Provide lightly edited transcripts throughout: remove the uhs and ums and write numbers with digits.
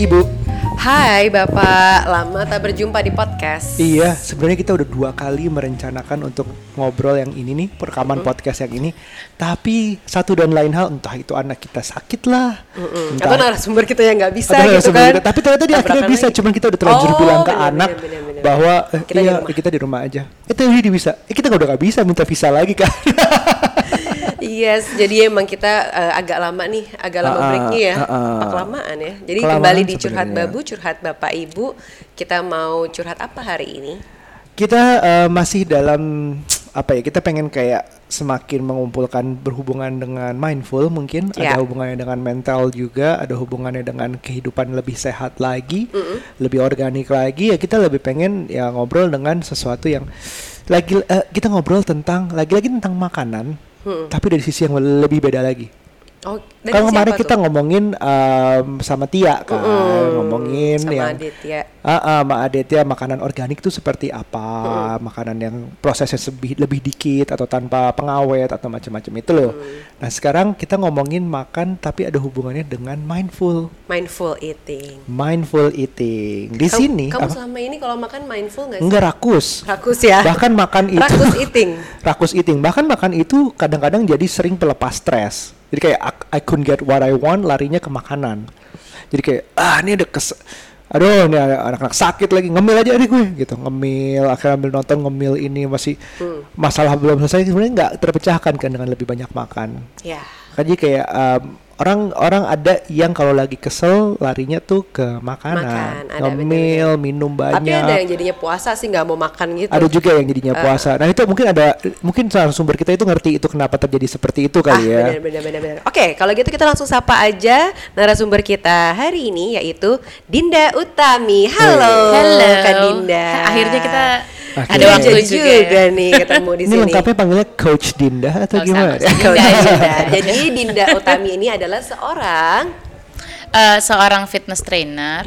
Ibu. Hai Bapak, lama tak berjumpa di podcast. Iya, sebenarnya kita udah 2 kali merencanakan untuk ngobrol yang ini nih, perekaman podcast yang ini. Tapi satu dan lain hal, entah itu anak kita sakit lah, atau narasumber kita yang nggak bisa atau gitu kan. Tapi ternyata dia akhirnya bisa, cuman kita udah terlanjur bilang ke anak bahwa kita di rumah aja. Itu dia bisa. Kita udah nggak bisa minta visa lagi kan. Yes, jadi emang kita agak lama breaknya ya, kelamaan ya. Jadi Kelamaan kembali di curhat sebenarnya. babu, curhat bapak ibu. Kita mau curhat apa hari ini? Kita masih dalam kita pengen kayak semakin mengumpulkan berhubungan dengan mindful mungkin, ada hubungannya dengan mental juga, ada hubungannya dengan kehidupan lebih sehat lagi, lebih organik lagi. Ya kita lebih pengen ya ngobrol dengan sesuatu yang kita ngobrol tentang lagi-lagi tentang makanan. Tapi dari sisi yang lebih beda lagi. Oh, Kalau kemarin kita ngomongin sama Tia kan, ngomongin sama yang Aditya. Mbak Aditya makanan organik itu seperti apa, makanan yang prosesnya lebih dikit atau tanpa pengawet atau macam-macam itu loh. Nah sekarang kita ngomongin makan tapi ada hubungannya dengan mindful eating. Di sini Kamu selama ini kalau makan mindful nggak sih? enggak rakus Ya. bahkan makan itu rakus eating. Bahkan makan itu kadang-kadang jadi sering pelepas stres. Jadi kayak I couldn't get what I want, larinya ke makanan. Jadi kayak ini ada ini anak-anak sakit lagi, ngemil aja deh gue gitu. Ngemil, akhirnya ambil nonton ngemil ini masih masalah belum selesai, sebenarnya nggak terpecahkan kan dengan lebih banyak makan. Ya. Jadi kayak orang ada yang kalau lagi kesel larinya tuh ke makanan, ngemil, minum banyak. Tapi ada yang jadinya puasa sih nggak mau makan gitu. Ada juga yang jadinya puasa. Nah itu mungkin narasumber kita itu ngerti itu kenapa terjadi seperti itu kali ya. Benar. Oke, kalau gitu kita langsung sapa aja narasumber kita hari ini yaitu Dinda Utami. Halo Kak Dinda. Akhirnya kita ada waktu juga nih ketemu di sini. Ini lengkapnya panggilnya Coach Dinda atau gimana? Dinda. Jadi Dinda Utami ini adalah seorang fitness trainer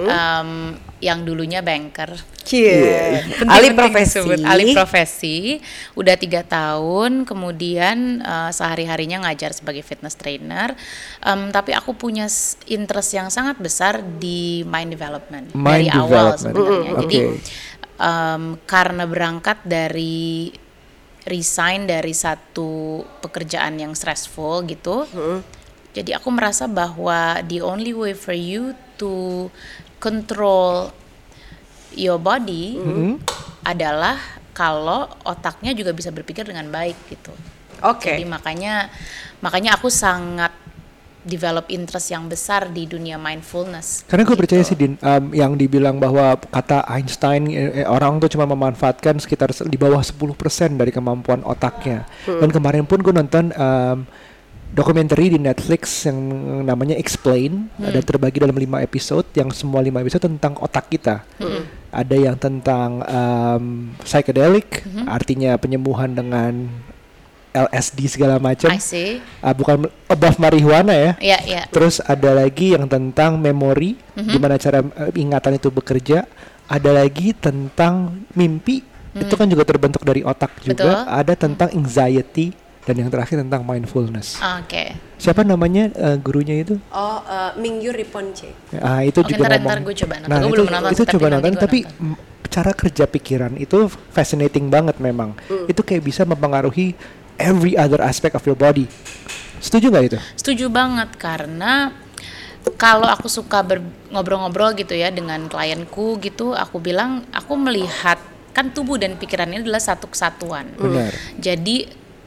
yang dulunya banker. Alih profesi. Udah 3 tahun, kemudian sehari-harinya ngajar sebagai fitness trainer. Tapi aku punya interest yang sangat besar di mind development dari awal sebenarnya. Jadi karena berangkat dari resign dari satu pekerjaan yang stressful gitu, jadi aku merasa bahwa the only way for you to control your body adalah kalau otaknya juga bisa berpikir dengan baik gitu. Jadi makanya aku sangat develop interest yang besar di dunia mindfulness. Karena gue percaya sih Din, yang dibilang bahwa kata Einstein orang tuh cuma memanfaatkan sekitar di bawah 10% dari kemampuan otaknya. Dan kemarin pun gue nonton dokumenter di Netflix yang namanya Explain, ada terbagi dalam 5 episode yang semua 5 episode tentang otak kita. Ada yang tentang psychedelic, artinya penyembuhan dengan LSD segala macam. Bukan above marijuana ya. Iya. Terus ada lagi yang tentang memori, gimana cara ingatan itu bekerja. Ada lagi tentang mimpi, itu kan juga terbentuk dari otak juga. Betul. Ada tentang anxiety dan yang terakhir tentang mindfulness. Siapa namanya gurunya itu? Mingyu Riponce. Itu juga ngomong. Ntar gue coba nonton. Nah, gue belum nonton. Itu coba nonton, tapi cara kerja pikiran itu fascinating banget memang. Itu kayak bisa mempengaruhi every other aspect of your body. Setuju nggak itu? Setuju banget, karena kalau aku suka ngobrol-ngobrol gitu ya dengan klienku gitu, aku bilang aku melihat kan tubuh dan pikiran ini adalah satu kesatuan. Benar. Jadi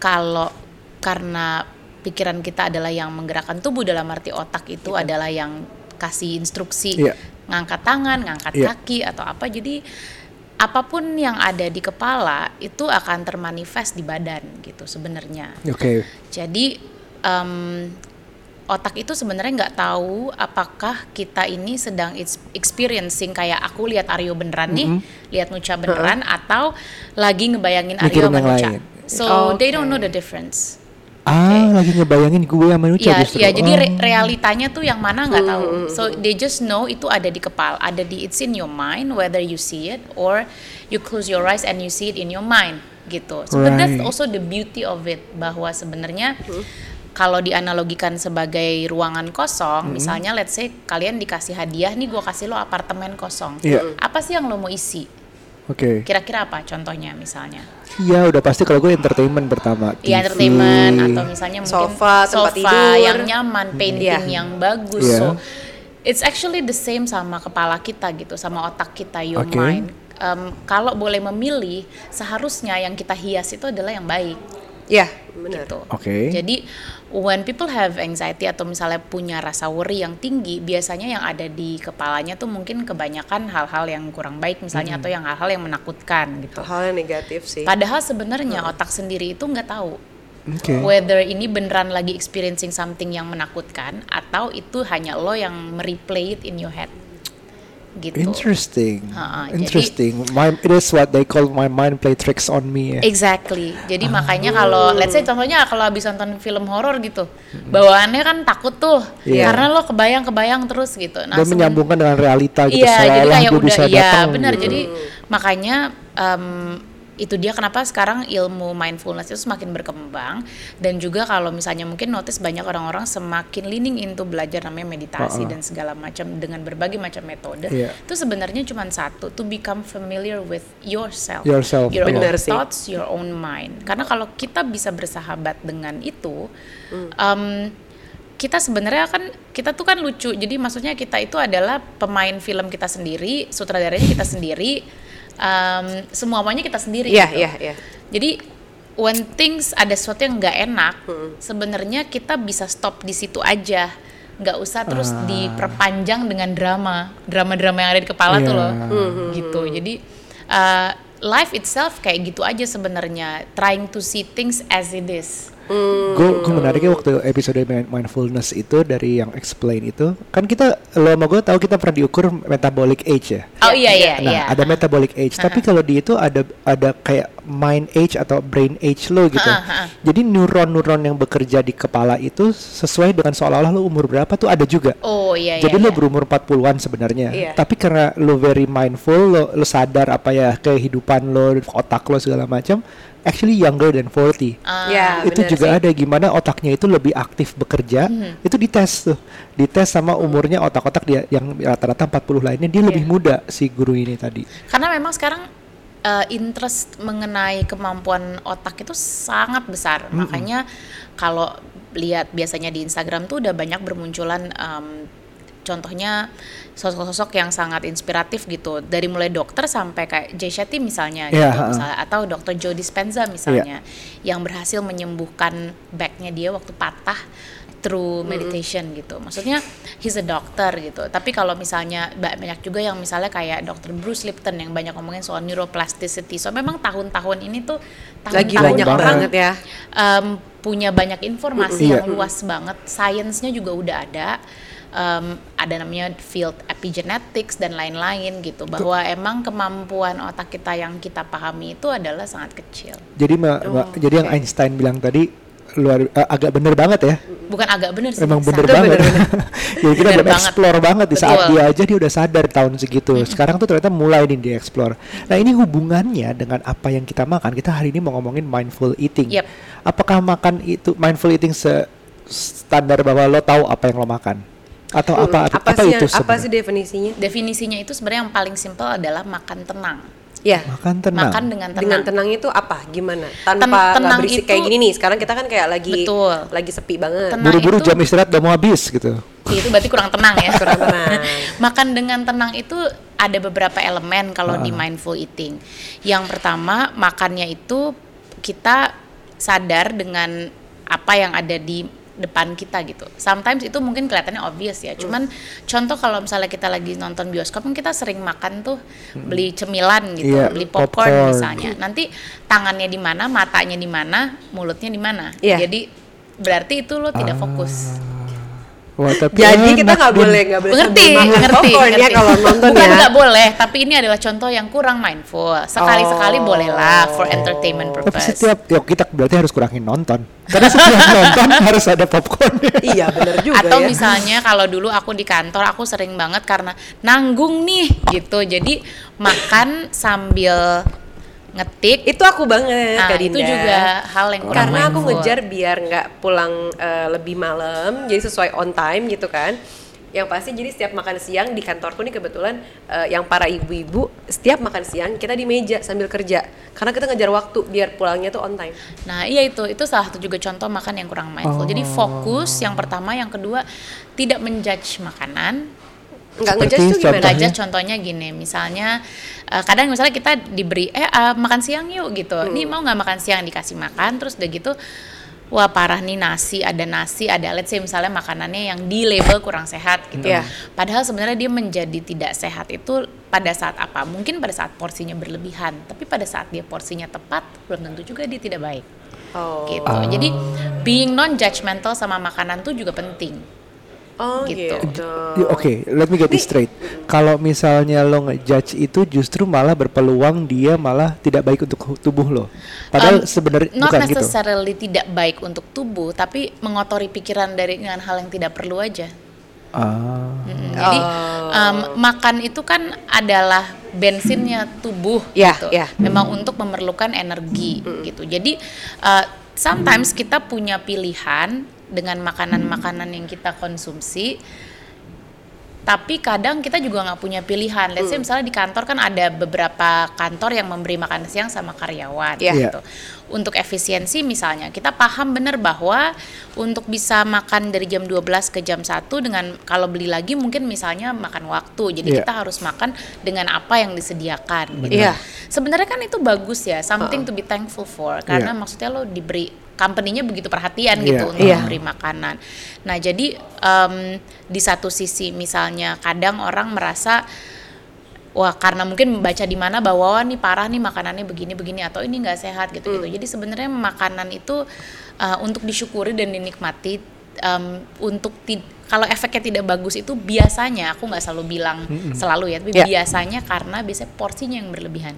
karena pikiran kita adalah yang menggerakkan tubuh, dalam arti otak itu adalah yang kasih instruksi ngangkat tangan, ngangkat kaki atau apa. Jadi apapun yang ada di kepala itu akan termanifest di badan gitu sebenarnya. Jadi otak itu sebenarnya nggak tahu apakah kita ini sedang experiencing kayak aku lihat Aryo beneran nih, lihat Nucha beneran, atau lagi ngebayangin Aryo sama Nucha. So they don't know the difference. Lagi ngebayangin gue sama Nucha justru. Iya, jadi realitanya tuh yang mana nggak tahu. So they just know itu ada di kepala, it's in your mind, whether you see it or you close your eyes and you see it in your mind gitu. So but that's also the beauty of it, bahwa sebenarnya kalau dianalogikan sebagai ruangan kosong, misalnya let's say kalian dikasih hadiah nih, gue kasih lo apartemen kosong. Apa sih yang lo mau isi? Kira-kira apa contohnya misalnya? Iya, udah pasti kalau gue entertainment pertama. Iya, entertainment, atau misalnya mungkin sofa yang nyaman, painting yang bagus. So it's actually the same sama kepala kita gitu, sama otak kita, your mind. Kalau boleh memilih, seharusnya yang kita hias itu adalah yang baik. Ya, benar. Gitu. Jadi when people have anxiety atau misalnya punya rasa worry yang tinggi, biasanya yang ada di kepalanya tuh mungkin kebanyakan hal-hal yang kurang baik misalnya, atau yang hal-hal yang menakutkan gitu. Hal yang negatif sih. Padahal sebenarnya otak sendiri itu nggak tahu whether ini beneran lagi experiencing something yang menakutkan atau itu hanya lo yang mereplay it in your head. Gitu. Interesting. It is what they call my mind play tricks on me. Exactly. Jadi makanya kalau let's say contohnya kalau habis nonton film horor gitu, bawaannya kan takut tuh, karena lo kebayang terus gitu. Nah, dan menyambungkan dengan realita gitu. Iya, jadi kayak udah, iya benar. Gitu. Jadi makanya itu dia kenapa sekarang ilmu mindfulness itu semakin berkembang, dan juga kalau misalnya mungkin notice banyak orang-orang semakin leaning into belajar namanya meditasi dan segala macam dengan berbagai macam metode. Itu sebenarnya cuma satu, to become familiar with yourself your own thoughts, your own mind. Karena kalau kita bisa bersahabat dengan itu, kita sebenarnya kan kita tuh kan lucu. Jadi maksudnya kita itu adalah pemain film kita sendiri, sutradaranya kita sendiri. Semuanya kita sendiri gitu. Jadi when things ada sesuatu yang nggak enak, sebenarnya kita bisa stop di situ aja, nggak usah terus diperpanjang dengan drama yang ada di kepala tuh loh, gitu. Jadi life itself kayak gitu aja sebenarnya, trying to see things as it is. Gue menariknya waktu episode mindfulness itu dari yang explain itu, kan kita lo sama gue tahu kita pernah diukur metabolic age ya. Oh iya. Nah ada metabolic age, tapi kalau di itu ada kayak mind age atau brain age lo gitu. Jadi neuron yang bekerja di kepala itu sesuai dengan seolah-olah lo umur berapa tuh ada juga. Jadi lo berumur 40-an sebenarnya. Tapi karena lo very mindful, lo sadar apa ya kehidupan lo, otak lo segala macam, actually younger than 40. Itu juga ada gimana otaknya itu lebih aktif bekerja. Itu dites sama umurnya otak-otak dia yang rata-rata 40 lainnya, dia lebih muda si guru ini tadi. Karena memang sekarang interest mengenai kemampuan otak itu sangat besar. Makanya kalau lihat biasanya di Instagram tuh udah banyak bermunculan contohnya sosok-sosok yang sangat inspiratif gitu, dari mulai dokter sampai kayak Jay Shetty misalnya gitu, misalnya, atau Dr. Joe Dispenza misalnya, yang berhasil menyembuhkan backnya dia waktu patah through meditation gitu. Maksudnya he's a doctor gitu. Tapi kalau misalnya banyak juga yang misalnya kayak Dr. Bruce Lipton yang banyak ngomongin soal neuroplasticity. So memang tahun-tahun ini tuh lagi banyak banget ya. Punya banyak informasi yang luas banget. Sainsnya juga udah ada. Ada namanya field epigenetics dan lain-lain gitu, bahwa emang kemampuan otak kita yang kita pahami itu adalah sangat kecil. Jadi jadi yang Einstein bilang tadi agak bener banget ya. Bukan agak bener sih, emang bener banget. Jadi kita belum explore banget di saat dia aja dia udah sadar tahun segitu. Sekarang tuh ternyata mulai nih dia explore. Nah ini hubungannya dengan apa yang kita makan. Kita hari ini mau ngomongin mindful eating. Apakah makan itu mindful eating standar bahwa lo tahu apa yang lo makan? Atau apa itu sebenarnya? Apa sih definisinya? Definisinya itu sebenarnya yang paling simpel adalah makan tenang. Makan tenang. Makan dengan tenang. Dengan tenang itu apa? Gimana? Tanpa nggak berisik kayak gini nih. Sekarang kita kan kayak lagi sepi banget. Buru-buru jam istirahat udah mau habis gitu. Itu berarti kurang tenang ya. Kurang tenang. Makan dengan tenang itu ada beberapa elemen kalau di mindful eating. Yang pertama, makannya itu kita sadar dengan apa yang ada di depan kita gitu. Sometimes itu mungkin kelihatannya obvious ya. Cuman contoh kalau misalnya kita lagi nonton bioskop, kan kita sering makan tuh beli cemilan gitu, beli popcorn misalnya. Nanti tangannya di mana, matanya di mana, mulutnya di mana. Jadi berarti itu lo tidak fokus. Jadi kita nggak boleh ngerti ya kalau nonton. Bukan nggak boleh, tapi ini adalah contoh yang kurang mindful. Sekali-sekali bolehlah for entertainment purpose. Tapi setiap kita berarti harus kurangin nonton. Karena setiap nonton harus ada popcorn. Iya benar juga. Atau misalnya kalau dulu aku di kantor, aku sering banget karena nanggung nih gitu. Jadi makan sambil ngetik. Itu aku banget, Kak Itu Dinda. juga hal yang kurang Karena aku mindful. ngejar biar nggak pulang lebih malam, jadi sesuai on time gitu kan. Yang pasti jadi setiap makan siang di kantorku nih kebetulan yang para ibu-ibu setiap makan siang kita di meja sambil kerja. Karena kita ngejar waktu biar pulangnya tuh on time. Nah iya itu salah satu juga contoh makan yang kurang mindful. Jadi fokus yang pertama, yang kedua tidak menjudge makanan. Nggak ngejudge tuh gimana? Nggak judge contohnya gini, misalnya kadang misalnya kita diberi makan siang yuk gitu. Nih mau nggak makan siang, dikasih makan, terus udah gitu wah parah nih nasi ada let's say misalnya makanannya yang di label kurang sehat gitu. Yeah. Padahal sebenarnya dia menjadi tidak sehat itu pada saat apa? Mungkin pada saat porsinya berlebihan, tapi pada saat dia porsinya tepat belum tentu juga dia tidak baik. Gitu. Jadi being non judgmental sama makanan tuh juga penting. Gitu. Oke, let me get this straight. Kalau misalnya lo ngejudge itu justru malah berpeluang dia malah tidak baik untuk tubuh lo. Padahal sebenarnya not bukan gitu. necessarily tidak baik untuk tubuh, tapi mengotori pikiran dengan hal yang tidak perlu aja. Jadi makan itu kan adalah bensinnya tubuh gitu. Memang untuk memerlukan energi gitu. Jadi sometimes kita punya pilihan dengan makanan-makanan yang kita konsumsi, tapi kadang kita juga nggak punya pilihan. Let's say misalnya di kantor kan ada beberapa kantor yang memberi makan siang sama karyawan gitu. Untuk efisiensi misalnya, kita paham benar bahwa untuk bisa makan dari jam 12 ke jam 1 dengan kalau beli lagi mungkin misalnya makan waktu. Jadi kita harus makan dengan apa yang disediakan gitu. Sebenarnya kan itu bagus ya, something to be thankful for, karena maksudnya lo diberi company-nya begitu perhatian gitu untuk memberi makanan. Nah jadi di satu sisi misalnya kadang orang merasa wah karena mungkin membaca di mana bahwa nih parah nih makanannya begini atau ini nggak sehat gitu. Jadi sebenarnya makanan itu untuk disyukuri dan dinikmati. Kalau efeknya tidak bagus itu biasanya, aku nggak selalu bilang selalu ya, tapi biasanya karena biasanya porsinya yang berlebihan.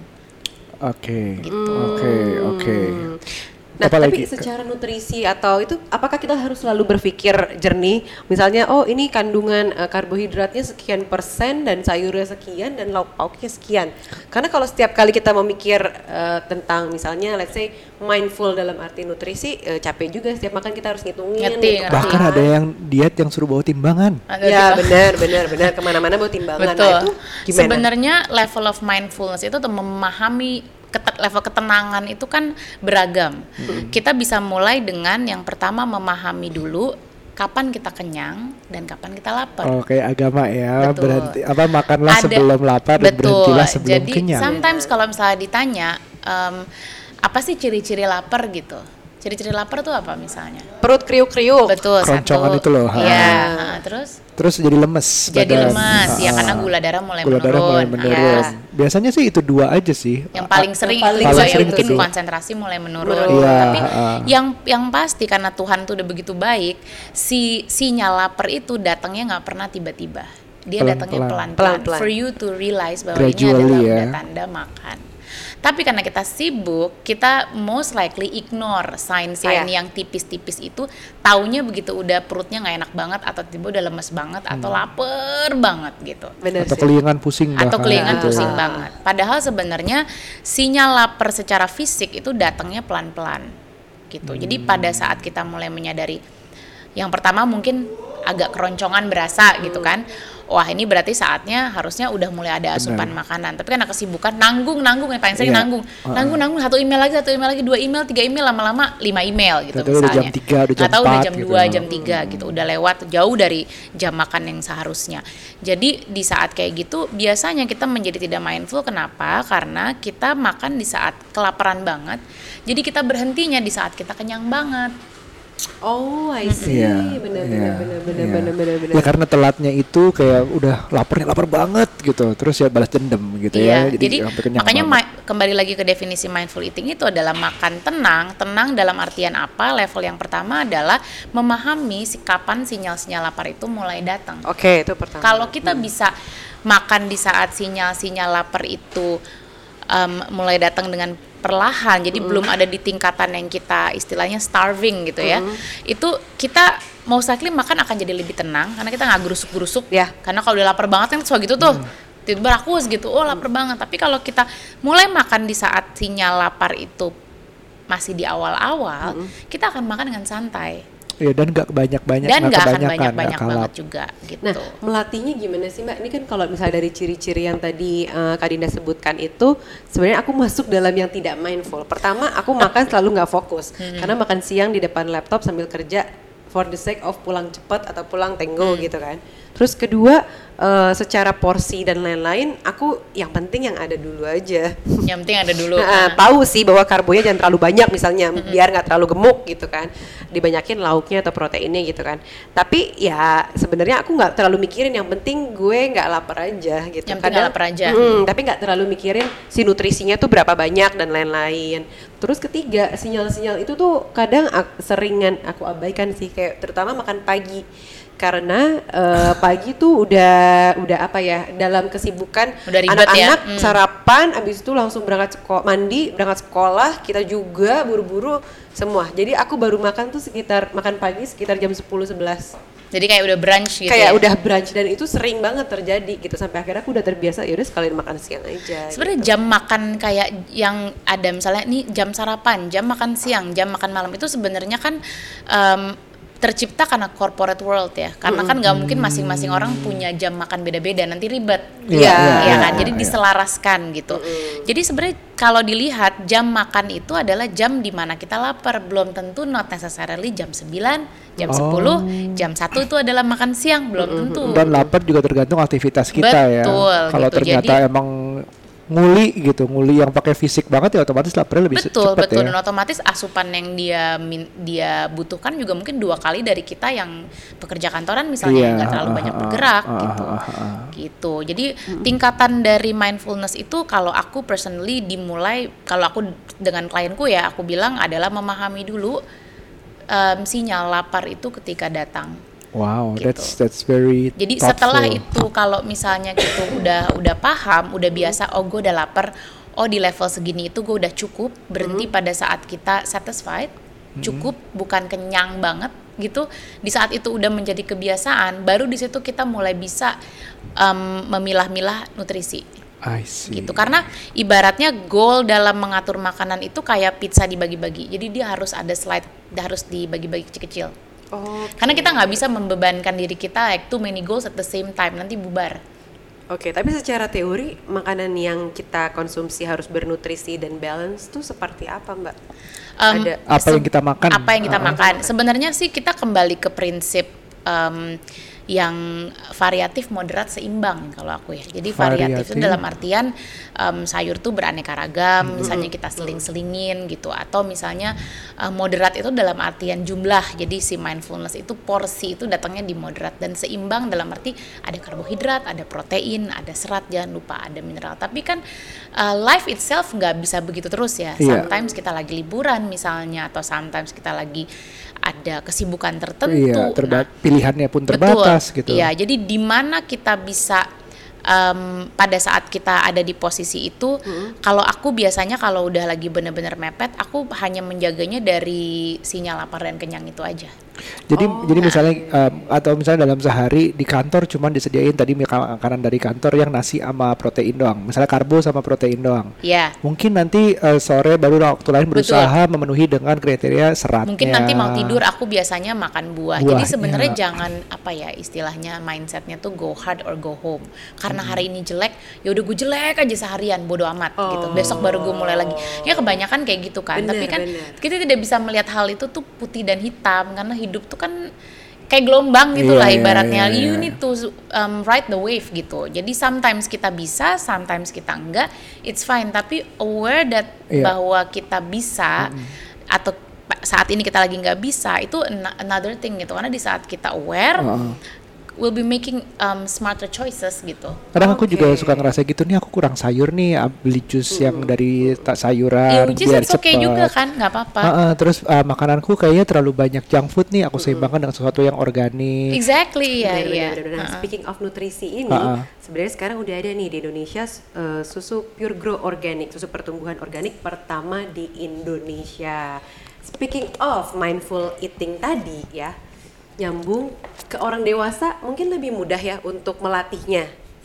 Oke. Gitu. Oke. Nah, tapi secara nutrisi atau itu, apakah kita harus selalu berpikir jernih? Misalnya, oh ini kandungan karbohidratnya sekian persen dan sayurnya sekian dan lauk pauknya sekian. Karena kalau setiap kali kita memikir tentang misalnya, let's say mindful dalam arti nutrisi, capek juga setiap makan kita harus ngitungin. Bahkan ada yang diet yang suruh bawa timbangan. Ya benar. Kemana-mana bawa timbangan. Betul. Nah, itu gimana? Sebenarnya level of mindfulness itu untuk memahami level ketenangan itu kan beragam. Kita bisa mulai dengan yang pertama memahami dulu kapan kita kenyang dan kapan kita lapar. Kayak agama ya. Betul. Berhenti makanlah sebelum lapar dan berhentilah sebelum kenyang. Jadi sometimes kalau misalnya ditanya apa sih ciri-ciri lapar gitu? Ciri-ciri lapar tuh apa misalnya? Perut kriuk-kriuk. Betul, keroncongan satu. itu loh. Iya, terus jadi lemes. Ya karena gula darah mulai menurun. Biasanya sih itu dua aja sih. Yang paling sering mungkin konsentrasi mulai menurun. Tapi yang pasti karena Tuhan tuh udah begitu baik, sinyal lapar itu datangnya nggak pernah tiba-tiba. Dia datangnya pelan-pelan. For you to realize bahwa ini adalah udah tanda makan. Tapi karena kita sibuk, kita most likely ignore sign-sign yang tipis-tipis itu. Taunya begitu udah perutnya nggak enak banget, atau tiba udah lemes banget, atau lapar banget gitu. Atau kelingan pusing pusing banget. Padahal sebenarnya sinyal lapar secara fisik itu datangnya pelan-pelan gitu. Jadi pada saat kita mulai menyadari, yang pertama mungkin agak keroncongan berasa gitu kan. Wah ini berarti saatnya harusnya udah mulai ada asupan makanan. Tapi karena kesibukan nanggung yang paling sering nanggung satu email lagi 2 email 3 email lama-lama 5 email gitu. Misalnya udah jam 3 udah jam 4 udah jam 2 jam 3 gitu, udah lewat jauh dari jam makan yang seharusnya. Jadi di saat kayak gitu biasanya kita menjadi tidak mindful. Kenapa? Karena kita makan di saat kelaparan banget. Jadi kita berhentinya di saat kita kenyang banget. Oh, I see. Benar. Ya karena telatnya itu kayak udah lapar banget gitu, terus ya balas dendam gitu ya. Jadi makanya kembali lagi ke definisi mindful eating itu adalah makan tenang dalam artian apa? Level yang pertama adalah memahami kapan sinyal-sinyal lapar itu mulai datang. Oke, itu pertama. Kalau kita bisa makan di saat sinyal-sinyal lapar itu mulai datang dengan perlahan, jadi belum ada di tingkatan yang kita istilahnya starving gitu ya. Itu kita most likely makan akan jadi lebih tenang karena kita nggak gerusuk-gerusuk. Karena kalau udah lapar banget kan soal gitu tuh tiba-tiba rakus gitu, oh lapar banget. Tapi kalau kita mulai makan di saat sinyal lapar itu masih di awal-awal, kita akan makan dengan santai. Iya, dan nggak banyak-banyak, dan nggak akan nggak banyak-banyak kalap. banget juga gitu. Nah, melatihnya gimana sih Mbak? Ini kan kalau misalnya dari ciri-ciri yang tadi Kak Dinda sebutkan itu, sebenarnya aku masuk dalam yang tidak mindful. Pertama, aku makan selalu nggak fokus, karena makan siang di depan laptop sambil kerja for the sake of pulang cepat atau pulang tenggo gitu kan. Terus kedua, secara porsi dan lain-lain, aku yang penting yang ada dulu aja. Yang penting ada dulu. Tahu sih bahwa karbonya jangan terlalu banyak misalnya, biar nggak terlalu gemuk gitu kan. Dibanyakin lauknya atau proteinnya gitu kan. Tapi ya sebenarnya aku nggak terlalu mikirin, yang penting gue nggak lapar aja gitu. Yang penting nggak lapar aja. Tapi nggak terlalu mikirin si nutrisinya tuh berapa banyak dan lain-lain. Terus ketiga, sinyal-sinyal itu tuh kadang seringan aku abaikan sih, kayak terutama makan pagi. Karena pagi tuh udah apa ya, dalam kesibukan anak-anak sarapan, abis itu langsung berangkat mandi, berangkat sekolah, kita juga buru-buru semua. Jadi aku baru makan tuh makan pagi sekitar jam 10-11. Jadi kayak udah brunch gitu. Kayak udah brunch, dan itu sering banget terjadi gitu, sampai akhirnya aku udah terbiasa, ya udah sekalian makan siang aja. Sebenarnya gitu. Jam makan kayak yang ada misalnya nih jam sarapan, jam makan siang, jam makan malam itu sebenarnya kan tercipta karena corporate world ya, karena kan nggak mungkin masing-masing orang punya jam makan beda-beda, nanti ribet, ya kan, jadi diselaraskan gitu. Jadi sebenarnya kalau dilihat jam makan itu adalah jam di mana kita lapar, belum tentu not necessarily jam 9, jam 10, jam 1 itu adalah makan siang, belum tentu. Dan lapar juga tergantung aktivitas kita. Betul, ya. Kalau gitu. ternyata Jadi, emang nguli yang pakai fisik banget ya otomatis laparnya lebih cepat betul, ya. Dan otomatis asupan yang dia butuhkan juga mungkin 2 kali dari kita yang pekerja kantoran misalnya, nggak terlalu banyak bergerak gitu. Jadi tingkatan dari mindfulness itu kalau aku personally dimulai, kalau aku dengan klienku ya, aku bilang adalah memahami dulu sinyal lapar itu ketika datang. Wow, gitu. that's very Jadi thoughtful. setelah itu kalau misalnya gitu udah paham, udah biasa, oh gue udah lapar, oh di level segini itu gue udah cukup, berhenti pada saat kita satisfied, cukup, bukan kenyang banget gitu. Di saat itu udah menjadi kebiasaan, baru di situ kita mulai bisa memilah-milah nutrisi. I see. Gitu, karena ibaratnya goal dalam mengatur makanan itu kayak pizza dibagi-bagi, jadi dia harus ada harus dibagi-bagi kecil-kecil. Karena kita nggak bisa membebankan diri kita like too many goals at the same time, nanti bubar. Tapi secara teori makanan yang kita konsumsi harus bernutrisi dan balance tuh seperti apa Mbak? Apa yang kita makan? Apa yang kita makan? Sebenarnya sih kita kembali ke prinsip yang variatif, moderat, seimbang kalau aku ya. Jadi variatif itu dalam artian sayur tuh beraneka ragam, misalnya kita seling-selingin gitu, atau misalnya moderat itu dalam artian jumlah. Jadi si mindfulness itu porsi itu datangnya di moderat, dan seimbang dalam arti ada karbohidrat, ada protein, ada serat, jangan lupa ada mineral. Tapi kan life itself nggak bisa begitu terus ya. Sometimes kita lagi liburan misalnya, atau sometimes kita lagi ada kesibukan tertentu. Pilihannya pun terbatas gitu. Iya, jadi di mana kita bisa pada saat kita ada di posisi itu, kalau aku biasanya kalau udah lagi benar-benar mepet, aku hanya menjaganya dari sinyal lapar dan kenyang itu aja. Jadi misalnya atau misalnya dalam sehari di kantor cuma disediain tadi makanan dari kantor yang nasi sama protein doang, misalnya karbo sama protein doang. Iya. Mungkin nanti sore baru waktu lain berusaha memenuhi dengan kriteria seratnya. Mungkin nanti mau tidur aku biasanya makan buah. Jadi sebenarnya jangan apa ya istilahnya mindsetnya tuh go hard or go home. Karena hari ini jelek, ya udah gue jelek aja seharian, bodo amat gitu. Besok baru gue mulai lagi. Ya kebanyakan kayak gitu kan. Tapi kan kita tidak bisa melihat hal itu tuh putih dan hitam, karena hidup tuh kan kayak gelombang gitu lah ibaratnya. You need to ride the wave gitu. Jadi sometimes kita bisa, sometimes kita enggak. It's fine. Tapi aware that bahwa kita bisa atau saat ini kita lagi nggak bisa, itu another thing gitu. Karena di saat kita aware, we'll be making smarter choices gitu. Kadang aku juga suka ngerasa gitu, nih aku kurang sayur nih, beli jus yang dari sayuran biar cepet. Oke juga kan, nggak apa-apa. Terus makananku kayaknya terlalu banyak junk food nih, aku seimbangkan dengan sesuatu yang organik. Exactly, ya. Nah, speaking of nutrisi ini, sebenarnya sekarang udah ada nih di Indonesia susu Pure Grow organik, susu pertumbuhan organik pertama di Indonesia. Speaking of mindful eating tadi ya, nyambung ke orang dewasa mungkin lebih mudah ya untuk melatihnya,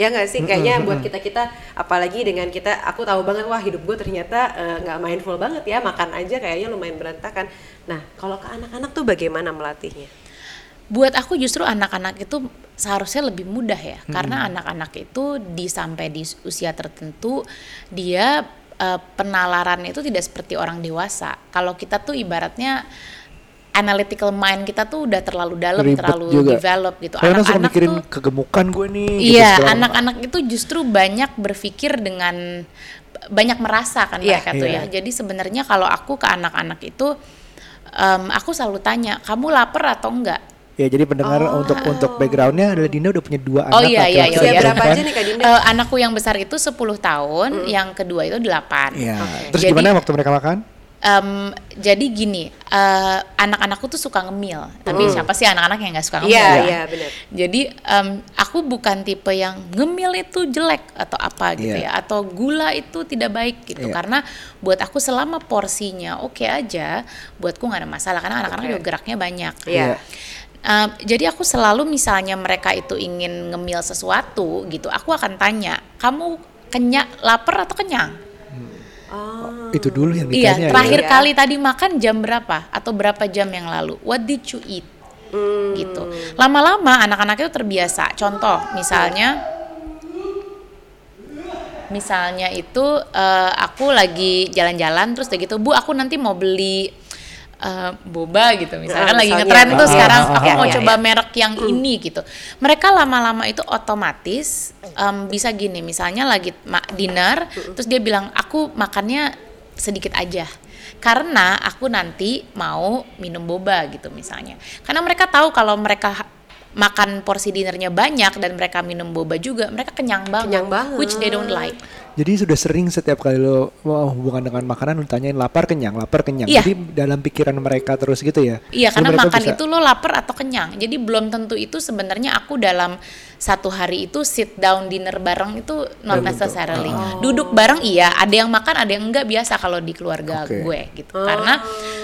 Ya nggak sih, kayaknya buat kita apalagi dengan aku tahu banget wah hidup gue ternyata nggak mindful banget ya, makan aja kayaknya lumayan berantakan. Nah kalau ke anak-anak tuh bagaimana melatihnya? Buat aku justru anak-anak itu seharusnya lebih mudah ya, karena anak-anak itu sampai di usia tertentu dia penalaran itu tidak seperti orang dewasa. Kalau kita tuh ibaratnya analytical mind kita tuh udah terlalu dalam, terlalu juga develop gitu. Karena suka mikirin tuh kegemukan gue nih. Iya, gitu, anak-anak itu justru banyak berpikir dengan banyak merasa kan mereka tuh ya. Jadi sebenarnya kalau aku ke anak-anak itu, aku selalu tanya, kamu lapar atau enggak? Ya jadi pendengar untuk backgroundnya adalah Dinda udah punya 2 anak. Oh iya. Berapa aja nih Kak Dinda? Anakku yang besar itu 10 tahun, yang kedua itu 8. Iya. Terus jadi, gimana waktu mereka makan? Jadi gini, anak-anakku tuh suka ngemil, tapi siapa sih anak-anak yang nggak suka ngemil? Iya benar. Jadi aku bukan tipe yang ngemil itu jelek atau apa gitu ya, atau gula itu tidak baik gitu, karena buat aku selama porsinya oke aja, buatku nggak ada masalah karena anak-anak juga geraknya banyak. Jadi aku selalu misalnya mereka itu ingin ngemil sesuatu gitu, aku akan tanya, kamu lapar atau kenyang? Itu dulu yang ditanya. Iya, terakhir kali tadi makan jam berapa atau berapa jam yang lalu? What did you eat? Gitu. Lama-lama anak-anak itu terbiasa. Contoh, misalnya itu aku lagi jalan-jalan terus udah gitu, Bu, aku nanti mau beli boba gitu misalkan lagi ngetren tuh sekarang aku mau coba merek yang ini gitu. Mereka lama-lama itu otomatis bisa gini, misalnya lagi dinner terus dia bilang aku makannya sedikit aja karena aku nanti mau minum boba gitu misalnya. Karena mereka tahu kalau mereka makan porsi dinernya banyak dan mereka minum boba juga, mereka kenyang banget. Which they don't like. Jadi sudah sering setiap kali lo hubungan dengan makanan lo tanyain lapar kenyang. Iya. Jadi dalam pikiran mereka terus gitu ya. Iya, karena makan itu lo lapar atau kenyang. Jadi belum tentu itu sebenarnya aku dalam satu hari itu sit down dinner bareng itu not necessarily. Duduk bareng iya, ada yang makan ada yang enggak, biasa kalau di keluarga gue gitu. Karena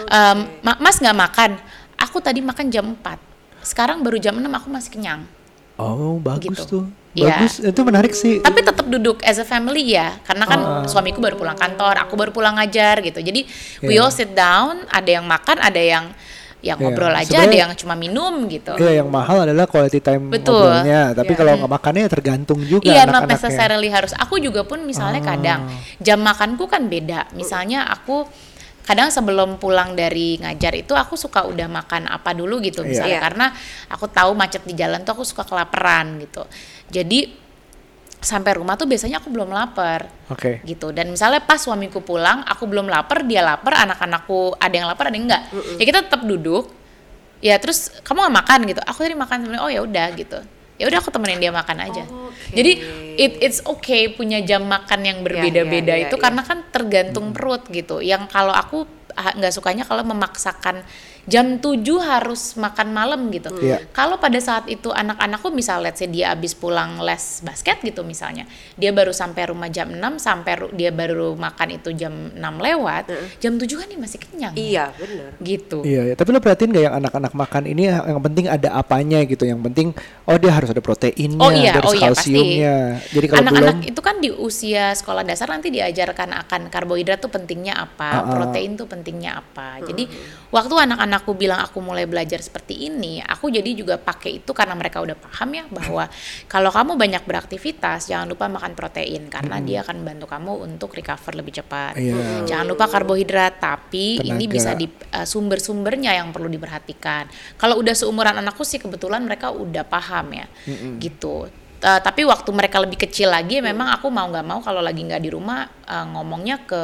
Mas nggak makan, aku tadi makan jam 4. Sekarang baru jam 6 aku masih kenyang. Oh, bagus gitu. Tuh. Ya. Bagus, itu menarik sih. Tapi tetap duduk as a family ya, karena kan suamiku baru pulang kantor, aku baru pulang ngajar gitu. Jadi we all sit down, ada yang makan, ada yang ngobrol aja, sebenarnya, ada yang cuma minum gitu. Iya, yang mahal adalah quality time ngobrolnya. Tapi kalau nggak makannya tergantung juga anak-anaknya. Iya, not necessarily harus. Aku juga pun misalnya kadang jam makanku kan beda. Misalnya aku kadang sebelum pulang dari ngajar itu aku suka udah makan apa dulu gitu misalnya karena aku tahu macet di jalan tuh aku suka kelaparan gitu. Jadi sampai rumah tuh biasanya aku belum lapar. Gitu. Dan misalnya pas suamiku pulang, aku belum lapar, dia lapar, anak-anakku ada yang lapar, ada yang enggak. Ya kita tetap duduk. Ya terus kamu gak makan gitu. Aku tadi makan sebenarnya. Oh ya udah gitu. Ya udah aku temenin dia makan aja. Jadi it's okay punya jam makan yang berbeda-beda itu karena kan tergantung perut gitu. Yang kalau aku nggak sukanya kalau memaksakan jam 7 harus makan malam gitu. Kalau pada saat itu anak-anakku misalnya let's say dia habis pulang les basket gitu misalnya, dia baru sampai rumah jam 6 sampai dia baru makan itu jam 6 lewat, jam 7 kan dia masih kenyang. Iya, benar. Gitu. Iya, tapi lo perhatiin gak yang anak-anak makan ini yang penting ada apanya gitu, yang penting dia harus ada proteinnya, harus kalsiumnya. Jadi kalau anak-anak itu kan di usia sekolah dasar nanti diajarkan akan karbohidrat tuh pentingnya apa, protein tuh pentingnya apa. Jadi waktu anak-anakku bilang aku mulai belajar seperti ini, aku jadi juga pakai itu karena mereka udah paham ya bahwa kalau kamu banyak beraktivitas jangan lupa makan protein karena dia akan bantu kamu untuk recover lebih cepat. Jangan lupa karbohidrat, tapi ini bisa di sumber-sumbernya yang perlu diperhatikan. Kalau udah seumuran anakku sih kebetulan mereka udah paham ya, gitu. Tapi waktu mereka lebih kecil lagi memang aku mau nggak mau kalau lagi nggak di rumah ngomongnya ke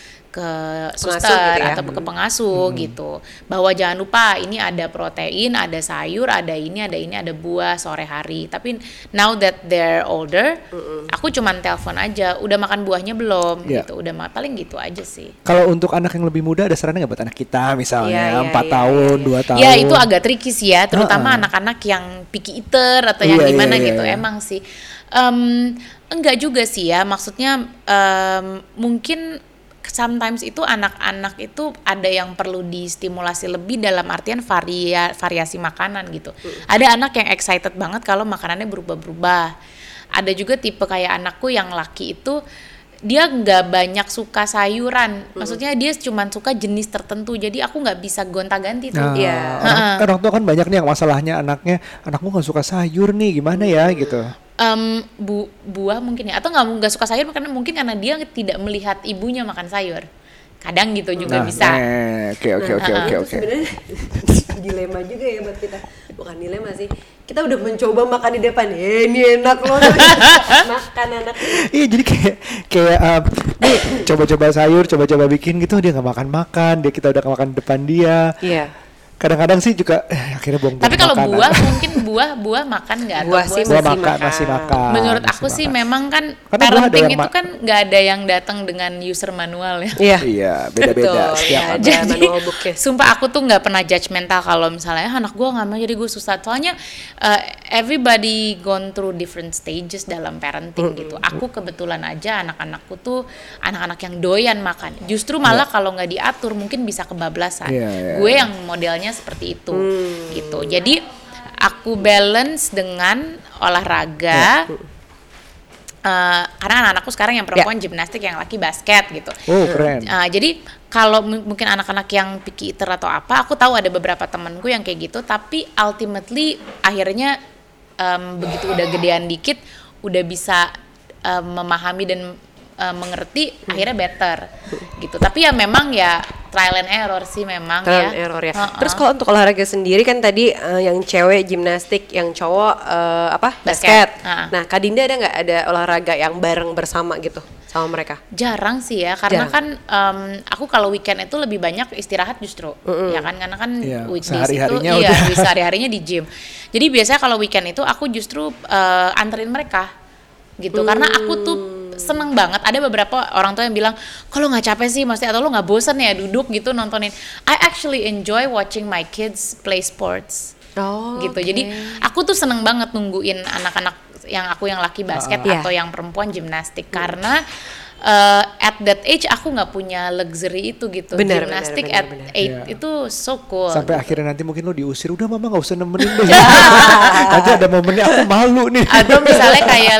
suster gitu ya? Atau ke pengasuh gitu, bahwa jangan lupa ini ada protein, ada sayur, ada ini, ada buah sore hari. Tapi now that they're older, aku cuman telepon aja, udah makan buahnya belum gitu, udah paling gitu aja sih. Kalau untuk anak yang lebih muda ada sarannya nggak buat anak kita misalnya 4 tahun, 2 tahun? Ya itu agak tricky sih ya, terutama anak-anak yang picky eater atau yang gimana gitu. Emang sih enggak juga sih ya, maksudnya mungkin sometimes itu anak-anak itu ada yang perlu distimulasi lebih dalam artian variasi makanan gitu. Ada anak yang excited banget kalau makanannya berubah-berubah. ada juga tipe kayak anakku yang laki itu dia nggak banyak suka sayuran, maksudnya dia cuma suka jenis tertentu, jadi aku nggak bisa gonta-ganti tuh. Orang tua kan banyak nih yang masalahnya anakmu nggak suka sayur nih, gimana ya gitu. Buah mungkin ya, atau nggak suka sayur karena mungkin karena dia tidak melihat ibunya makan sayur, kadang gitu juga bisa. Oke. Sebenarnya dilema juga ya buat kita, bukan dilema sih. Kita udah mencoba makan di depan, ini enak loh, makan anak. Iya, jadi kayak nih coba-coba sayur, coba-coba bikin gitu, dia nggak makan, kita udah makan depan dia. Iya. Kadang-kadang sih juga akhirnya buang-buang. Tapi kalau buah mungkin buah makan nggak? Buah sih masih makan. Menurut aku sih memang kan parenting itu kan nggak ada yang datang dengan user manual ya. Iya, beda-beda setiap anak. Jadi sumpah aku tuh nggak pernah judgmental kalau misalnya anak gue nggak mau jadi gue susah. Soalnya everybody gone through different stages dalam parenting gitu. Aku kebetulan aja anak-anakku tuh anak-anak yang doyan makan. Justru malah kalau nggak diatur mungkin bisa kebablasan. Gue yang modelnya seperti itu gitu. Jadi aku balance dengan olahraga karena anak-anakku sekarang yang perempuan gimnastik, yang laki basket gitu. Oh, keren. Jadi kalau mungkin anak-anak yang picky eater atau apa, aku tahu ada beberapa temanku yang kayak gitu, tapi ultimately akhirnya begitu udah gedean dikit udah bisa memahami dan mengerti, akhirnya better gitu. Tapi ya memang ya trial and error sih memang. Trial and error ya. Terus kalau untuk olahraga sendiri kan tadi yang cewek gimnastik, yang cowok basket. Nah, Kak Dinda ada nggak ada olahraga yang bareng bersama gitu sama mereka? Jarang sih ya, karena kan aku kalau weekend itu lebih banyak istirahat justru, ya kan, karena kan weekdays itu sehari-harinya di gym. Jadi biasanya kalau weekend itu aku justru anterin mereka gitu, karena aku tuh seneng banget. Ada beberapa orang tua yang bilang, kalau nggak capek sih maksudnya, atau lo nggak bosan ya duduk gitu nontonin. I actually enjoy watching my kids play sports gitu. Jadi aku tuh seneng banget nungguin anak-anak yang laki basket atau yang perempuan gimnastik, karena at that age aku nggak punya luxury itu gitu. Gimnastik at 8 itu so cool. Sampai akhirnya nanti mungkin lo diusir, udah mama nggak usah nemenin deh. Nanti ada momennya aku malu nih. Atau misalnya kayak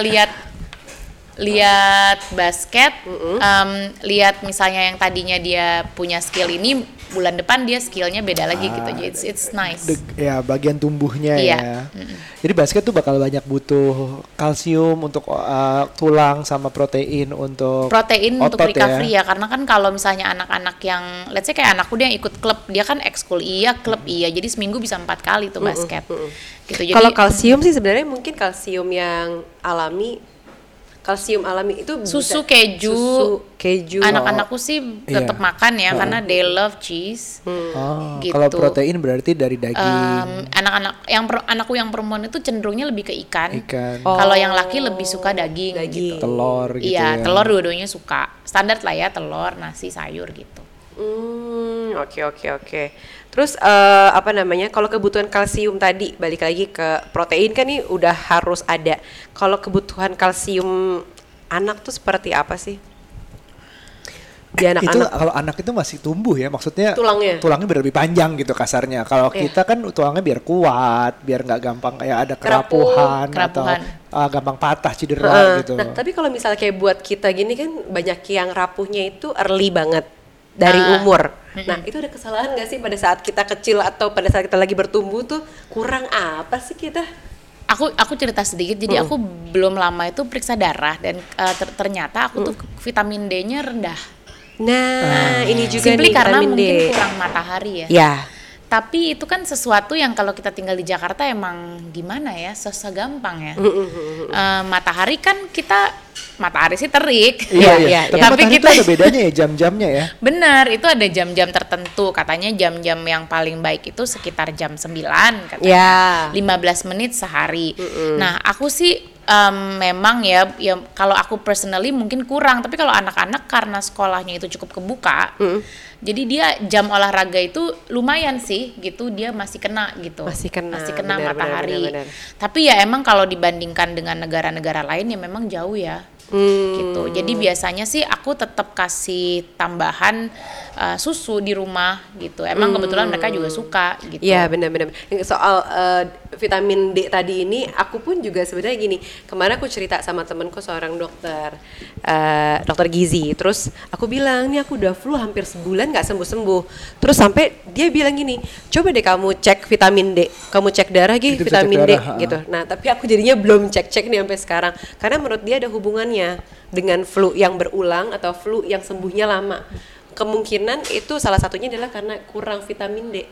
lihat basket, lihat misalnya yang tadinya dia punya skill ini, bulan depan dia skillnya beda lagi gitu. Jadi it's nice. Bagian tumbuhnya ya. Jadi basket tuh bakal banyak butuh kalsium untuk tulang sama protein untuk recovery ya. Karena kan kalau misalnya anak-anak yang let's say kayak anakku dia yang ikut klub, dia kan ekskul klub jadi seminggu bisa 4 kali tuh basket. Gitu. Jadi kalau kalsium sih sebenarnya mungkin kalsium yang alami. Kalsium alami itu susu keju. Anak-anakku sih tetap makan ya, karena they love cheese. Gitu. Kalau protein berarti dari daging. Anakku yang perempuan itu cenderungnya lebih ke ikan. Kalau yang laki lebih suka daging. Gitu. Telur gitu ya. Iya, telur dua-duanya suka. Standar lah ya, telur, nasi, sayur gitu. Oke. Terus kalau kebutuhan kalsium tadi, balik lagi ke protein kan nih udah harus ada. Kalau kebutuhan kalsium anak tuh seperti apa sih? Di anak-anak. Kalau anak itu masih tumbuh ya, maksudnya tulangnya biar lebih panjang gitu kasarnya. Kalau kita kan tulangnya biar kuat, biar nggak gampang kayak ada kerapuhan. Atau gampang patah, cedera gitu. Nah, tapi kalau misalnya kayak buat kita gini kan banyak yang rapuhnya itu early banget dari umur. Nah, itu ada kesalahan nggak sih pada saat kita kecil atau pada saat kita lagi bertumbuh tuh kurang apa sih kita? Aku cerita sedikit. Jadi aku belum lama itu periksa darah dan ternyata aku tuh vitamin D-nya rendah. Nah, ini juga simply nih karena vitamin D. Mungkin kurang matahari ya. Ya. Tapi itu kan sesuatu yang kalau kita tinggal di Jakarta emang gimana ya, susah gampang ya. Matahari kan matahari sih terik. Iya. Tapi kita ada bedanya ya jam-jamnya ya. Bener, itu ada jam-jam tertentu. Katanya jam-jam yang paling baik itu sekitar jam 9 katanya. 15 menit sehari. Nah, aku sih memang ya kalau aku personally mungkin kurang, tapi kalau anak-anak karena sekolahnya itu cukup kebuka. Jadi dia jam olahraga itu lumayan sih gitu, dia masih kena gitu. Masih kena matahari. Benar. Tapi ya emang kalau dibandingkan dengan negara-negara lain ya memang jauh ya. gitu. Jadi biasanya sih aku tetap kasih tambahan susu di rumah gitu. Emang kebetulan mereka juga suka gitu. Iya benar-benar. Soal vitamin D tadi ini, aku pun juga sebenarnya gini. Kemarin aku cerita sama temanku seorang dokter, dokter gizi. Terus aku bilang, nih aku udah flu hampir sebulan nggak sembuh-sembuh. Terus sampai dia bilang gini, coba deh kamu cek vitamin D, kamu cek darah gitu vitamin D gitu. Nah tapi aku jadinya belum cek nih sampai sekarang. Karena menurut dia ada hubungannya dengan flu yang berulang atau flu yang sembuhnya lama. Kemungkinan itu salah satunya adalah karena kurang vitamin D.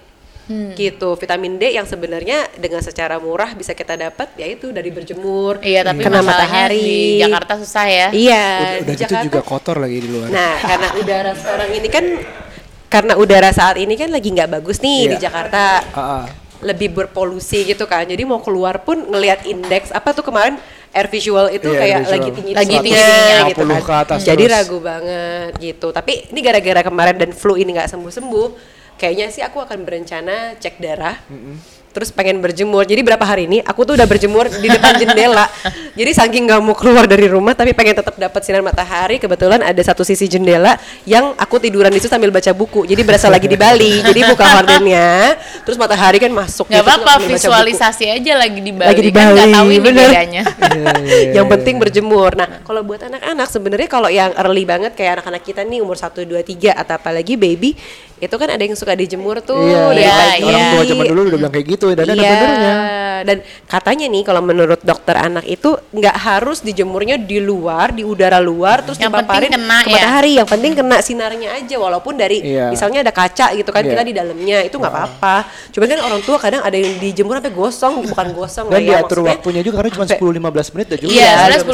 Gitu, vitamin D yang sebenarnya dengan secara murah bisa kita dapat yaitu dari berjemur, Iya, tapi kena masalahnya matahari. di Jakarta susah ya. Iya, Udah di gitu Jakarta juga kotor lagi di luar. Nah, karena udara sekarang ini kan, karena udara saat ini kan lagi nggak bagus nih di Jakarta, lebih berpolusi gitu kan. Jadi mau keluar pun ngelihat indeks apa tuh kemarin air visual itu kayak lagi tinggi-tingginya gitu kan. Jadi ragu banget gitu. Tapi ini gara-gara kemarin dan flu ini nggak sembuh-sembuh, kayaknya sih aku akan berencana cek darah. Terus pengen berjemur. Jadi berapa hari ini aku tuh udah berjemur di depan jendela. Jadi saking gak mau keluar dari rumah tapi pengen tetap dapat sinar matahari, kebetulan ada satu sisi jendela yang aku tiduran di situ sambil baca buku. Jadi berasa lagi di Bali. Jadi buka hordennya, terus matahari kan masuk. Gak apa-apa, visualisasi aja lagi di Bali. Lagi di kan Bali, gak tahu ini bedanya. Yang penting berjemur. Nah, kalau buat anak-anak sebenarnya kalau yang early banget kayak anak-anak kita nih umur 1 2 3 atau apalagi baby, itu kan ada yang suka dijemur tuh dari pagi. Orang tua zaman dulu udah bilang kayak gitu dan ada benernya. Dan katanya nih kalau menurut dokter anak itu nggak harus dijemurnya di luar, di udara luar terus dipaparin ke matahari. Yang penting kena sinarnya aja walaupun dari misalnya ada kaca gitu kan kita di dalamnya itu nggak apa-apa. Cuma kan orang tua kadang ada yang dijemur sampai gosong, bukan gosong dan diatur waktunya juga karena cuma 10-15 menit udah juga. Iya,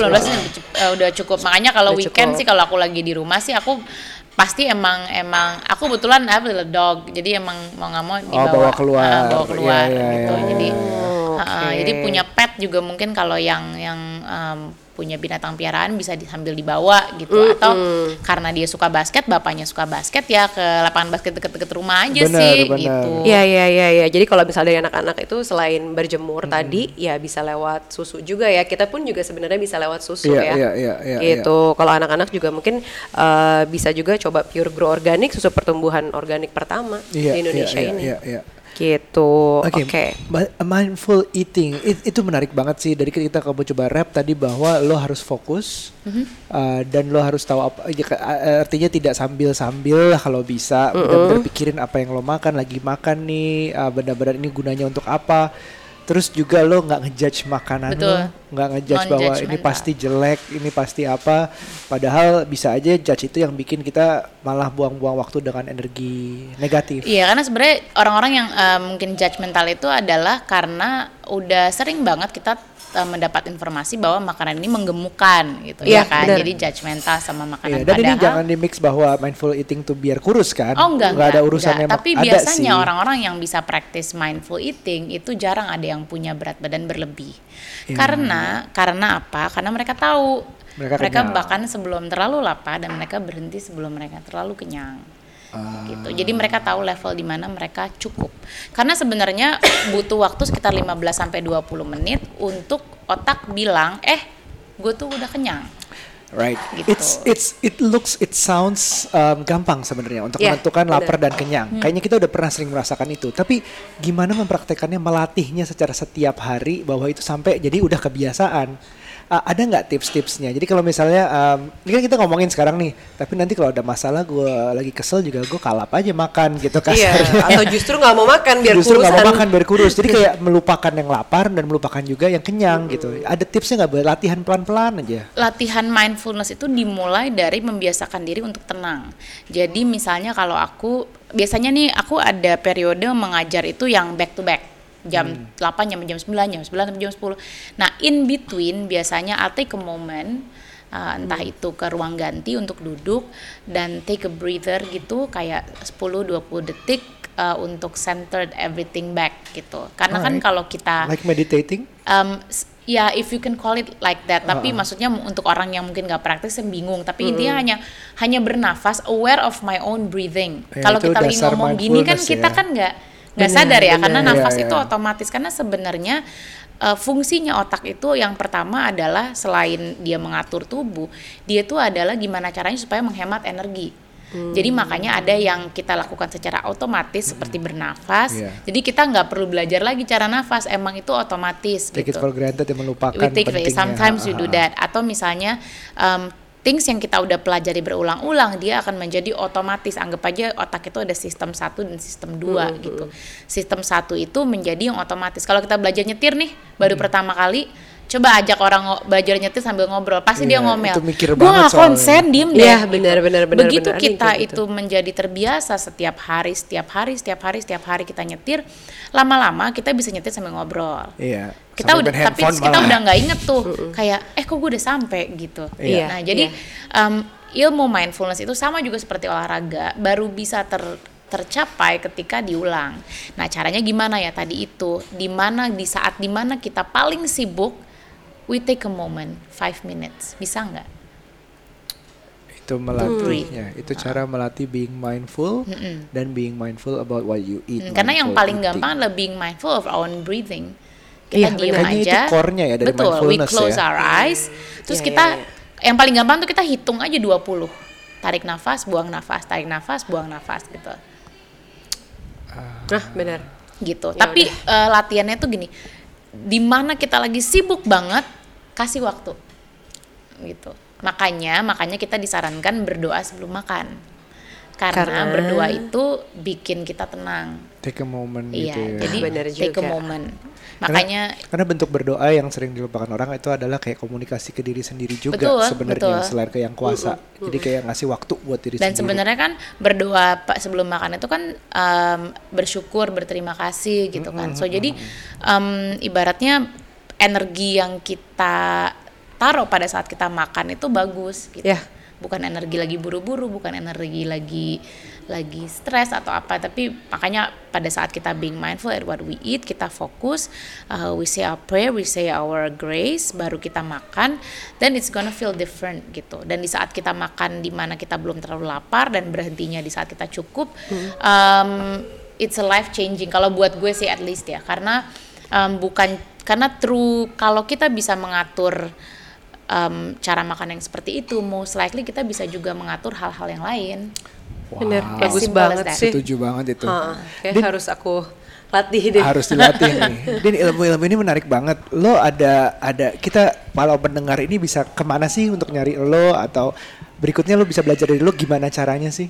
10-15 udah cukup. Makanya kalau weekend sih kalau aku lagi di rumah sih aku pasti emang aku kebetulan I have a little dog, jadi emang mau nggak mau dibawa bawa keluar gitu. Jadi jadi punya pet juga mungkin kalau yang punya binatang piaraan bisa sambil dibawa gitu, atau karena dia suka basket, bapaknya suka basket ya ke lapangan basket deket-deket rumah aja gitu. Iya. Jadi kalau misalnya dari anak-anak itu selain berjemur tadi ya bisa lewat susu juga ya. Kita pun juga sebenarnya bisa lewat susu gitu. Kalau anak-anak juga mungkin bisa juga coba Pure Grow Organic, susu pertumbuhan organik pertama di Indonesia ini. Gitu. Oke. Mindful eating itu menarik banget sih. Dari kita coba rap tadi bahwa lo harus fokus dan lo harus tahu apa. Artinya tidak sambil kalau bisa benar-benar pikirin apa yang lo makan, lagi makan nih, benar-benar ini gunanya untuk apa. Terus juga lo nggak ngejudge makanan lo, nggak ngejudge bahwa ini pasti jelek, ini pasti apa. Padahal bisa aja judge itu yang bikin kita malah buang-buang waktu dengan energi negatif. Iya, karena sebenarnya orang-orang yang mungkin judgmental itu adalah karena udah sering banget kita mendapat informasi bahwa makanan ini menggemukkan gitu ya kan. Bener. Jadi judgmental sama makanan. Dan ini jangan di mix bahwa mindful eating tuh biar kurus kan. Oh enggak ada urusannya. Tapi biasanya orang-orang yang bisa praktis mindful eating itu jarang ada yang punya berat badan berlebih. Karena apa? Karena mereka tahu mereka bahkan sebelum terlalu lapar dan mereka berhenti sebelum mereka terlalu kenyang. Gitu. Jadi mereka tahu level di mana mereka cukup. Karena sebenarnya butuh waktu sekitar 15 sampai 20 menit untuk otak bilang, gue tuh udah kenyang. Right. Gitu. It sounds gampang sebenarnya untuk menentukan lapar dan kenyang. Kayaknya kita udah pernah sering merasakan itu. Tapi gimana mempraktekannya, melatihnya secara setiap hari bahwa itu sampai jadi udah kebiasaan. Ada nggak tips-tipsnya? Jadi kalau misalnya ini kan kita ngomongin sekarang nih, tapi nanti kalau ada masalah gue lagi kesel juga gue kalap aja makan gitu kasarnya. Iya, atau justru nggak mau makan biar justru nggak mau makan biar kurus. Jadi kayak melupakan yang lapar dan melupakan juga yang kenyang gitu. Ada tipsnya nggak buat latihan pelan-pelan aja? Latihan mindfulness itu dimulai dari membiasakan diri untuk tenang. Jadi misalnya kalau aku biasanya nih aku ada periode mengajar itu yang back to back. Jam 8 sampai jam 9, jam 9 sampai jam 10. Nah, in between biasanya I'll take a moment, entah itu ke ruang ganti untuk duduk dan take a breather gitu kayak 10-20 detik untuk centered everything back gitu. Karena kan kalau kita like meditating? Ya, if you can call it like that. Tapi maksudnya untuk orang yang mungkin gak praktis yang bingung. Tapi intinya hanya bernafas, aware of my own breathing. Kalau kita lagi ngomong gini kan kita kan nggak sadar ya, karena nafas itu otomatis, karena sebenarnya fungsinya otak itu yang pertama adalah selain dia mengatur tubuh, dia tuh adalah gimana caranya supaya menghemat energi. Jadi makanya ada yang kita lakukan secara otomatis seperti bernafas. Jadi kita nggak perlu belajar lagi cara nafas, emang itu otomatis. Take it gitu. for granted, yang melupakan We take pentingnya. sometimes we do that. Atau misalnya things yang kita udah pelajari berulang-ulang, dia akan menjadi otomatis. Anggap aja otak itu ada sistem 1 dan sistem 2 gitu. Sistem 1 itu menjadi yang otomatis. Kalau kita belajar nyetir nih, baru pertama kali, coba ajak orang belajar nyetir sambil ngobrol, pasti dia ngomel. Itu mikir Gua banget nggak konsen, diem deh. Iya, benar. Begitu benar. kita Gitu. itu menjadi terbiasa setiap hari kita nyetir, lama-lama kita bisa nyetir sambil ngobrol. Iya. Kita Sampai udah, main tapi handphone kita malah. udah nggak inget tuh, kayak kok gue udah sampai gitu. Iya. Nah jadi ilmu mindfulness itu sama juga seperti olahraga, baru bisa tercapai ketika diulang. Nah caranya gimana ya tadi itu, di saat dimana kita paling sibuk, we take a moment, 5 minutes, bisa nggak? Itu melatihnya, itu cara melatih being mindful dan being mindful about what you eat. Karena yang mindful paling eating. gampang adalah being mindful of our own breathing. Kita diem Kayaknya aja. itu core-nya ya dari betul, we mindfulness close ya. our eyes. Terus kita yang paling gampang tuh kita hitung aja 20. Tarik nafas, buang nafas, tarik nafas, buang nafas gitu. Nah, benar. Gitu. Ya Tapi latihannya tuh gini. Di mana kita lagi sibuk banget, kasih waktu. Gitu. Makanya kita disarankan berdoa sebelum makan. Karena berdoa itu bikin kita tenang. Take a moment Iya, gitu ya. jadi Benar take a juga. moment. Makanya Karena bentuk berdoa yang sering dilupakan orang itu adalah kayak komunikasi ke diri sendiri juga Betul, sebenarnya, betul. selain ke yang kuasa. Jadi kayak ngasih waktu buat diri dan sendiri. sebenarnya kan berdoa sebelum makan itu kan bersyukur, berterima kasih gitu kan. So jadi ibaratnya energi yang kita taruh pada saat kita makan itu bagus gitu. Ya. Bukan energi lagi buru-buru, bukan energi lagi stres atau apa, tapi makanya pada saat kita being mindful at what we eat, kita fokus, we say our prayer, we say our grace, baru kita makan, then it's gonna feel different gitu. Dan di saat kita makan di mana kita belum terlalu lapar dan berhentinya di saat kita cukup, it's a life changing kalau buat gue sih at least ya, karena kalau kita bisa mengatur cara makan yang seperti itu, most likely kita bisa juga mengatur hal-hal yang lain. Bener, As bagus simple banget as that. sih. Setuju banget itu. Kayak harus aku latih deh. Harus dilatih nih. Dan ilmu-ilmu ini menarik banget. Lo ada kita kalau pendengar ini bisa kemana sih untuk nyari lo, atau berikutnya lo bisa belajar dari lo gimana caranya sih?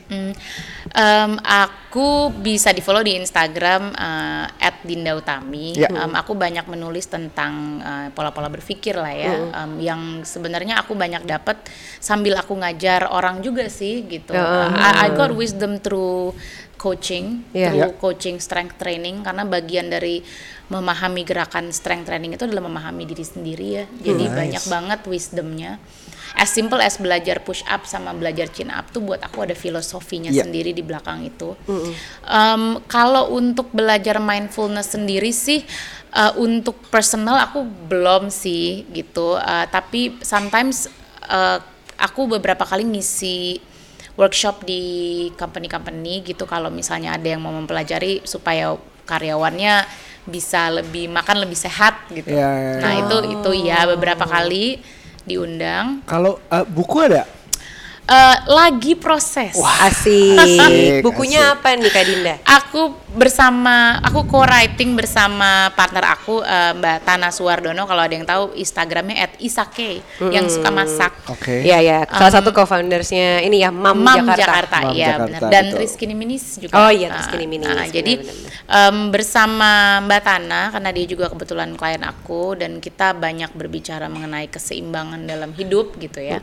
Aku bisa di follow di Instagram @dindautami. Ya. Aku banyak menulis tentang pola-pola berpikir lah ya, yang sebenarnya aku banyak dapat sambil aku ngajar orang juga sih gitu. I got wisdom through coaching, through coaching strength training, karena bagian dari memahami gerakan strength training itu adalah memahami diri sendiri ya. Jadi banyak banget wisdomnya. As simple as belajar push up sama belajar chin up tuh buat aku ada filosofinya sendiri di belakang itu. Kalau untuk belajar mindfulness sendiri sih, untuk personal aku belum sih gitu. Tapi sometimes aku beberapa kali ngisi workshop di company gitu, kalau misalnya ada yang mau mempelajari supaya karyawannya bisa makan lebih sehat gitu. Nah itu ya beberapa kali diundang. Kalau buku ada? Lagi proses. Wah, asik. Bukunya apa nih Kak Dinda? Aku co-writing bersama partner aku, Mbak Tana Suwardono. Kalau ada yang tahu Instagramnya @isake, yang suka masak. Oke. Iya. Salah satu co-foundersnya ini ya, Mam Jakarta. Iya benar. Dan Rizky Niminis juga. Oh iya, Rizky Niminis. Jadi bersama Mbak Tana, karena dia juga kebetulan klien aku, dan kita banyak berbicara mengenai keseimbangan dalam hidup gitu ya.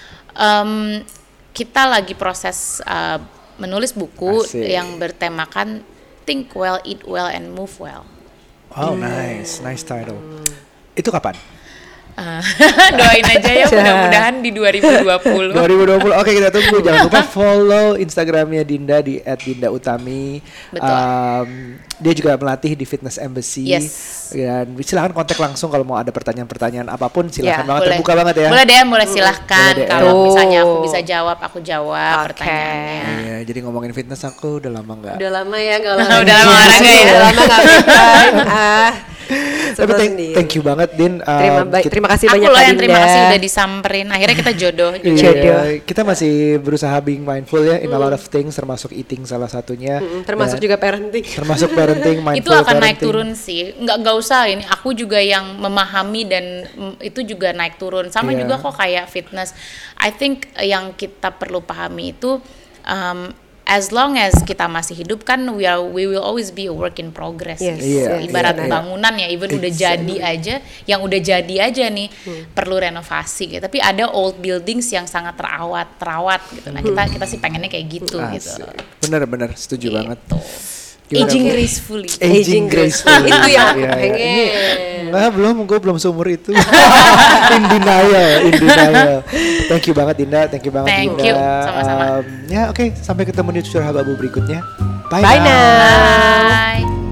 Kita lagi proses menulis buku yang bertemakan Think Well, Eat Well, and Move Well. Oh nice title. Itu kapan? Doain aja ya, mudah-mudahan di 2020. 2020. Oke, kita tunggu. Jangan lupa follow Instagramnya Dinda di @dindautami. Dia juga melatih di Fitness Embassy. Dan silakan kontak langsung kalau mau ada pertanyaan-pertanyaan apapun, silakan banget, boleh. terbuka banget ya. Boleh silahkan. Kalau misalnya aku bisa jawab, aku jawab pertanyaannya. Iya, jadi ngomongin fitness aku udah lama nggak. Udah lama ya nggak Udah lama olahraga ya. Udah lama nggak Tapi thank you banget Din. Terima kasih aku banyak loh Kak yang terima Dinda. kasih udah disamperin. Akhirnya kita jodoh. Kita masih berusaha being mindful ya in a lot of things, termasuk eating salah satunya. Termasuk juga parenting. Termasuk parenting, mindful itu akan parenting. naik turun sih. Nggak usah ini. Aku juga yang memahami dan itu juga naik turun. Sama juga kok kayak fitness. I think yang kita perlu pahami itu as long as kita masih hidup kan we will always be a work in progress. Ibarat bangunan ya, even udah jadi aja, yang udah jadi aja nih perlu renovasi gitu. Tapi ada old buildings yang sangat terawat gitu. Nah, kita sih pengennya kayak gitu gitu. Bener setuju banget. Aging gracefully. Aging gracefully. Itu yang aku pengen. Gue belum seumur itu. In denial. Thank you banget Dinda, Thank you, sama-sama. Ya oke, sampai ketemu di Curhat Abu berikutnya. Bye now. Bye.